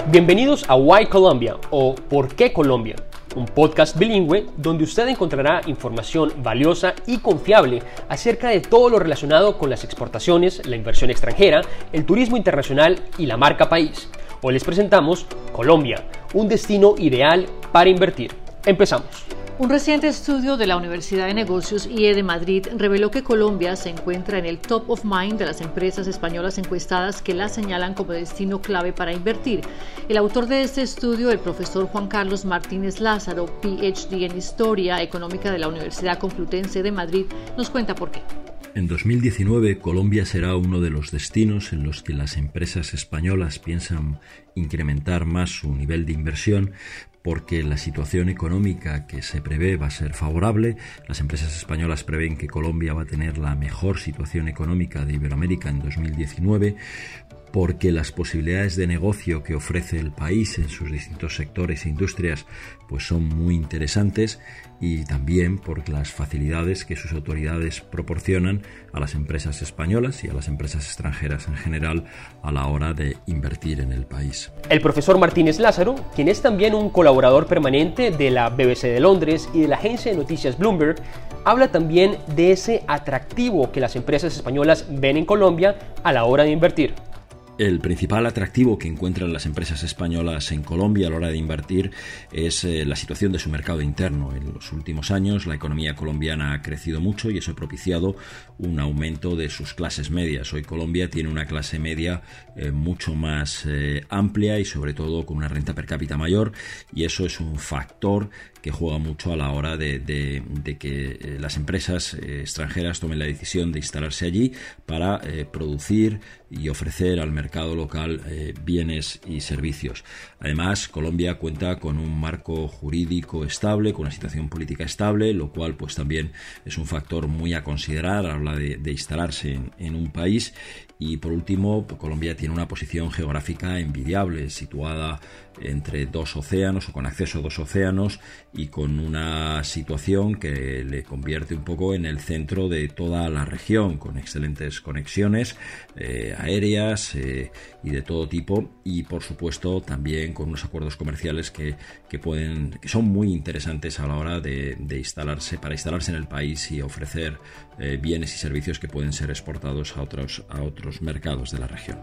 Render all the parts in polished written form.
Bienvenidos a Why Colombia o ¿Por qué Colombia? Un podcast bilingüe donde usted encontrará información valiosa y confiable acerca de todo lo relacionado con las exportaciones, la inversión extranjera, el turismo internacional y la marca país. Hoy les presentamos Colombia, un destino ideal para invertir. Empezamos. Un reciente estudio de la Universidad de Negocios IE de Madrid reveló que Colombia se encuentra en el top of mind de las empresas españolas encuestadas que la señalan como destino clave para invertir. El autor de este estudio, el profesor Juan Carlos Martínez Lázaro, PhD en Historia Económica de la Universidad Complutense de Madrid, nos cuenta por qué. En 2019, Colombia será uno de los destinos en los que las empresas españolas piensan incrementar más su nivel de inversión, porque la situación económica que se prevé va a ser favorable. Las empresas españolas prevén que Colombia va a tener la mejor situación económica de Iberoamérica en 2019, porque las posibilidades de negocio que ofrece el país en sus distintos sectores e industrias pues son muy interesantes, y también por las facilidades que sus autoridades proporcionan a las empresas españolas y a las empresas extranjeras en general a la hora de invertir en el país. El profesor Martínez Lázaro, quien es también un colaborador permanente de la BBC de Londres y de la agencia de noticias Bloomberg, habla también de ese atractivo que las empresas españolas ven en Colombia a la hora de invertir. El principal atractivo que encuentran las empresas españolas en Colombia a la hora de invertir es la situación de su mercado interno. En los últimos años la economía colombiana ha crecido mucho y eso ha propiciado un aumento de sus clases medias. Hoy Colombia tiene una clase media mucho más amplia y sobre todo con una renta per cápita mayor, y eso es un factor que juega mucho a la hora de que las empresas extranjeras tomen la decisión de instalarse allí para producir y ofrecer al mercado local bienes y servicios. Además, Colombia cuenta con un marco jurídico estable, con una situación política estable, lo cual pues también es un factor muy a considerar a la hora de instalarse en un país. Y por último, Colombia tiene una posición geográfica envidiable, situada entre dos océanos o con acceso a dos océanos, y con una situación que le convierte un poco en el centro de toda la región, con excelentes conexiones aéreas y de todo tipo, y por supuesto también con unos acuerdos comerciales que son muy interesantes a la hora de instalarse en el país y ofrecer bienes y servicios que pueden ser exportados a otros mercados de la región.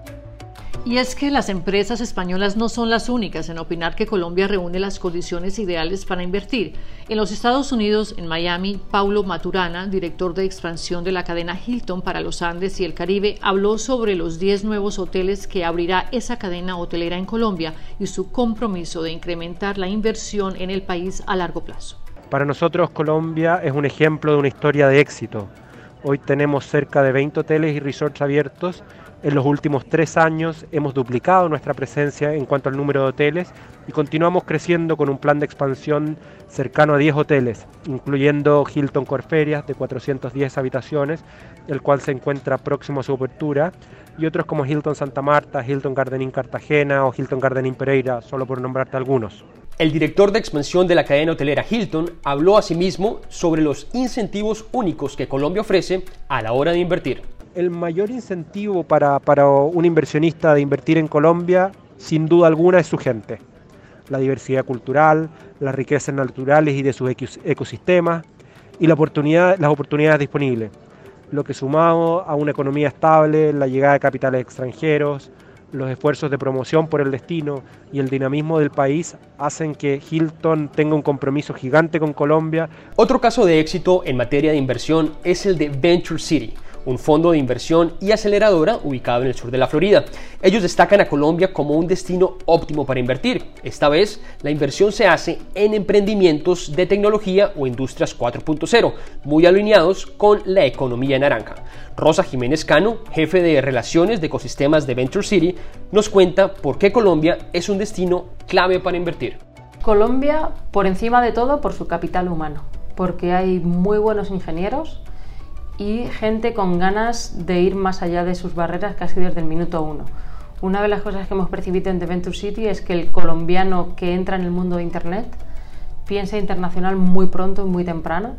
Y es que las empresas españolas no son las únicas en opinar que Colombia reúne las condiciones ideales para invertir. En los Estados Unidos, en Miami, Paulo Maturana, director de expansión de la cadena Hilton para los Andes y el Caribe, habló sobre los 10 nuevos hoteles que abrirá esa cadena hotelera en Colombia y su compromiso de incrementar la inversión en el país a largo plazo. Para nosotros Colombia es un ejemplo de una historia de éxito. Hoy tenemos cerca de 20 hoteles y resorts abiertos. En los últimos 3 años hemos duplicado nuestra presencia en cuanto al número de hoteles y continuamos creciendo con un plan de expansión cercano a 10 hoteles, incluyendo Hilton Corferias de 410 habitaciones, el cual se encuentra próximo a su apertura, y otros como Hilton Santa Marta, Hilton Garden Inn Cartagena o Hilton Garden Inn Pereira, solo por nombrarte algunos. El director de expansión de la cadena hotelera Hilton habló asimismo sobre los incentivos únicos que Colombia ofrece a la hora de invertir. El mayor incentivo para un inversionista de invertir en Colombia, sin duda alguna, es su gente. La diversidad cultural, las riquezas naturales y de sus ecosistemas y las oportunidades disponibles. Lo que, sumado a una economía estable, la llegada de capitales extranjeros, los esfuerzos de promoción por el destino y el dinamismo del país, hacen que Hilton tenga un compromiso gigante con Colombia. Otro caso de éxito en materia de inversión es el de Venture City, un fondo de inversión y aceleradora ubicado en el sur de la Florida. Ellos destacan a Colombia como un destino óptimo para invertir. Esta vez, la inversión se hace en emprendimientos de tecnología o industrias 4.0, muy alineados con la economía naranja. Rosa Jiménez Cano, jefe de relaciones de ecosistemas de Venture City, nos cuenta por qué Colombia es un destino clave para invertir. Colombia, por encima de todo, por su capital humano, porque hay muy buenos ingenieros y gente con ganas de ir más allá de sus barreras casi desde el minuto 1. Una de las cosas que hemos percibido en The Venture City es que el colombiano que entra en el mundo de Internet piensa internacional muy pronto y muy temprano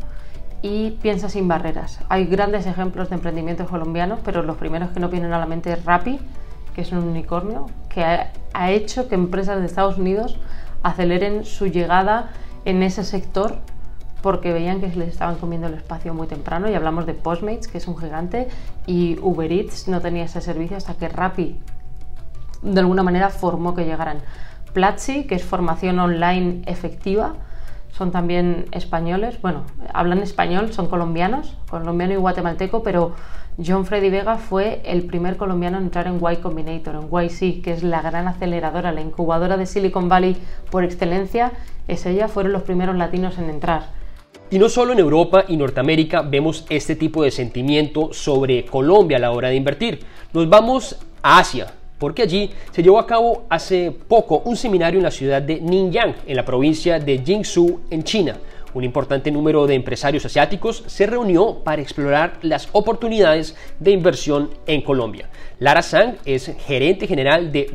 y piensa sin barreras. Hay grandes ejemplos de emprendimientos colombianos, pero los primeros que nos vienen a la mente es Rappi, que es un unicornio, que ha hecho que empresas de Estados Unidos aceleren su llegada en ese sector porque veían que se les estaban comiendo el espacio muy temprano, y hablamos de Postmates, que es un gigante, y Uber Eats no tenía ese servicio hasta que Rappi de alguna manera formó que llegaran. Platzi, que es formación online efectiva, son también españoles, bueno, hablan español, son colombiano y guatemalteco, pero John Freddy Vega fue el primer colombiano en entrar en Y Combinator, en YC, que es la gran aceleradora, la incubadora de Silicon Valley por excelencia. Fueron los primeros latinos en entrar. Y no solo en Europa y Norteamérica vemos este tipo de sentimiento sobre Colombia a la hora de invertir. Nos vamos a Asia, porque allí se llevó a cabo hace poco un seminario en la ciudad de Ningyan, en la provincia de Jiangsu, en China. Un importante número de empresarios asiáticos se reunió para explorar las oportunidades de inversión en Colombia. Lara Zhang es gerente general de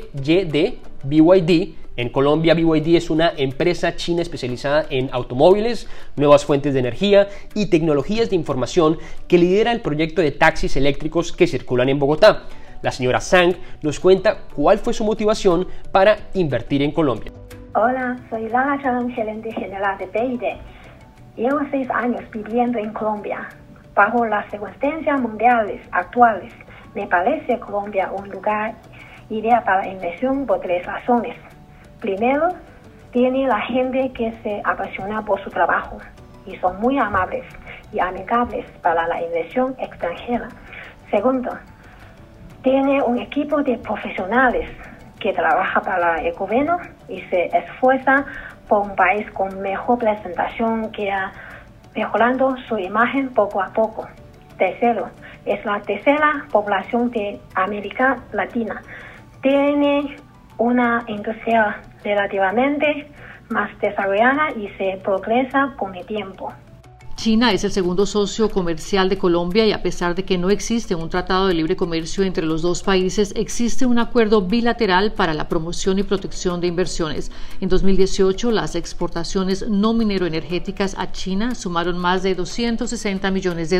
BYD. En Colombia, BYD es una empresa china especializada en automóviles, nuevas fuentes de energía y tecnologías de información que lidera el proyecto de taxis eléctricos que circulan en Bogotá. La señora Zhang nos cuenta cuál fue su motivación para invertir en Colombia. Hola, soy Lara Zhang, gerente general de BYD. Llevo 6 años viviendo en Colombia. Bajo las circunstancias mundiales actuales, me parece Colombia un lugar ideal para inversión por 3 razones. Primero, tiene la gente que se apasiona por su trabajo y son muy amables y amigables para la inversión extranjera. Segundo, tiene un equipo de profesionales que trabaja para el gobierno y se esfuerza por un país con mejor presentación, que ha mejorando su imagen poco a poco. Tercero, es la tercera población de América Latina. Tiene una industria relativamente más desarrollada y se progresa con el tiempo. China es el segundo socio comercial de Colombia y a pesar de que no existe un tratado de libre comercio entre los dos países, existe un acuerdo bilateral para la promoción y protección de inversiones. En 2018, las exportaciones no minero-energéticas a China sumaron más de $260 millones,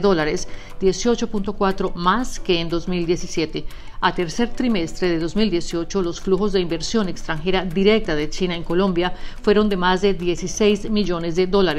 18.4 más que en 2017. A tercer trimestre de 2018, los flujos de inversión extranjera directa de China en Colombia fueron de más de $16 millones,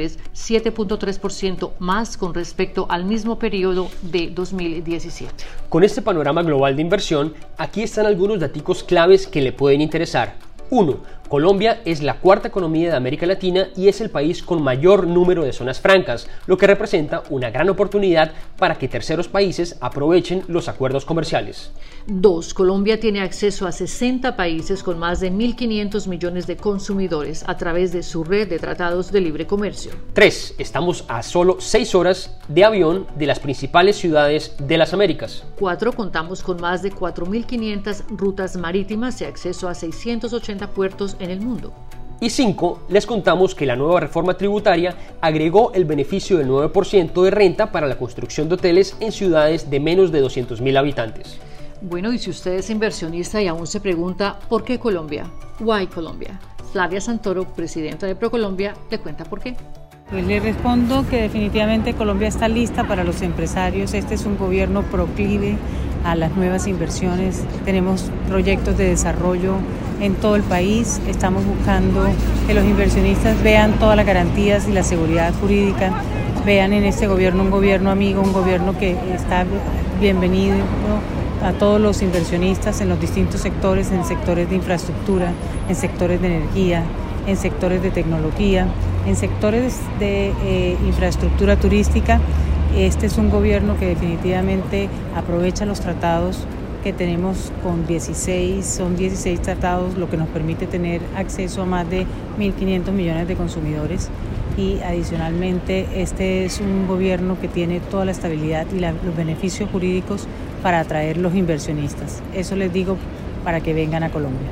7.3% más con respecto al mismo periodo de 2017. Con este panorama global de inversión, aquí están algunos datos claves que le pueden interesar. 1. Colombia es la cuarta economía de América Latina y es el país con mayor número de zonas francas, lo que representa una gran oportunidad para que terceros países aprovechen los acuerdos comerciales. 2. Colombia tiene acceso a 60 países con más de 1.500 millones de consumidores a través de su red de tratados de libre comercio. 3. Estamos a solo 6 horas de avión de las principales ciudades de las Américas. 4. Contamos con más de 4.500 rutas marítimas y acceso a 680 puertos en el mundo. Y 5. Les contamos que la nueva reforma tributaria agregó el beneficio del 9% de renta para la construcción de hoteles en ciudades de menos de 200.000 habitantes. Bueno, y si usted es inversionista y aún se pregunta ¿por qué Colombia? Why Colombia? Flavia Santoro, presidenta de ProColombia, le cuenta por qué. Pues le respondo que definitivamente Colombia está lista para los empresarios. Este es un gobierno proclive a las nuevas inversiones. Tenemos proyectos de desarrollo en todo el país. Estamos buscando que los inversionistas vean todas las garantías y la seguridad jurídica. Vean en este gobierno un gobierno amigo, un gobierno que está bienvenido a todos los inversionistas en los distintos sectores, en sectores de infraestructura, en sectores de energía, en sectores de tecnología, en sectores de infraestructura turística. Este es un gobierno que definitivamente aprovecha los tratados que tenemos con 16, son 16 tratados, lo que nos permite tener acceso a más de 1.500 millones de consumidores. Y adicionalmente este es un gobierno que tiene toda la estabilidad y los beneficios jurídicos para atraer los inversionistas. Eso les digo para que vengan a Colombia.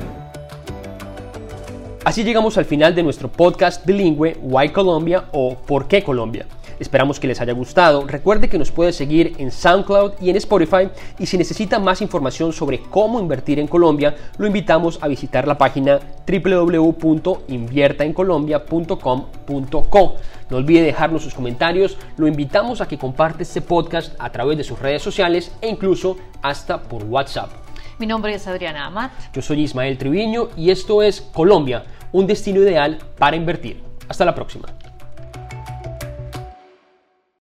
Así llegamos al final de nuestro podcast bilingüe Why Colombia o ¿Por qué Colombia? Esperamos que les haya gustado. Recuerde que nos puede seguir en SoundCloud y en Spotify, y si necesita más información sobre cómo invertir en Colombia, lo invitamos a visitar la página www.inviertaencolombia.com.co. No olvide dejarnos sus comentarios. Lo invitamos a que comparte este podcast a través de sus redes sociales e incluso hasta por WhatsApp. Mi nombre es Adriana Amat. Yo soy Ismael Triviño y esto es Colombia, un destino ideal para invertir. Hasta la próxima.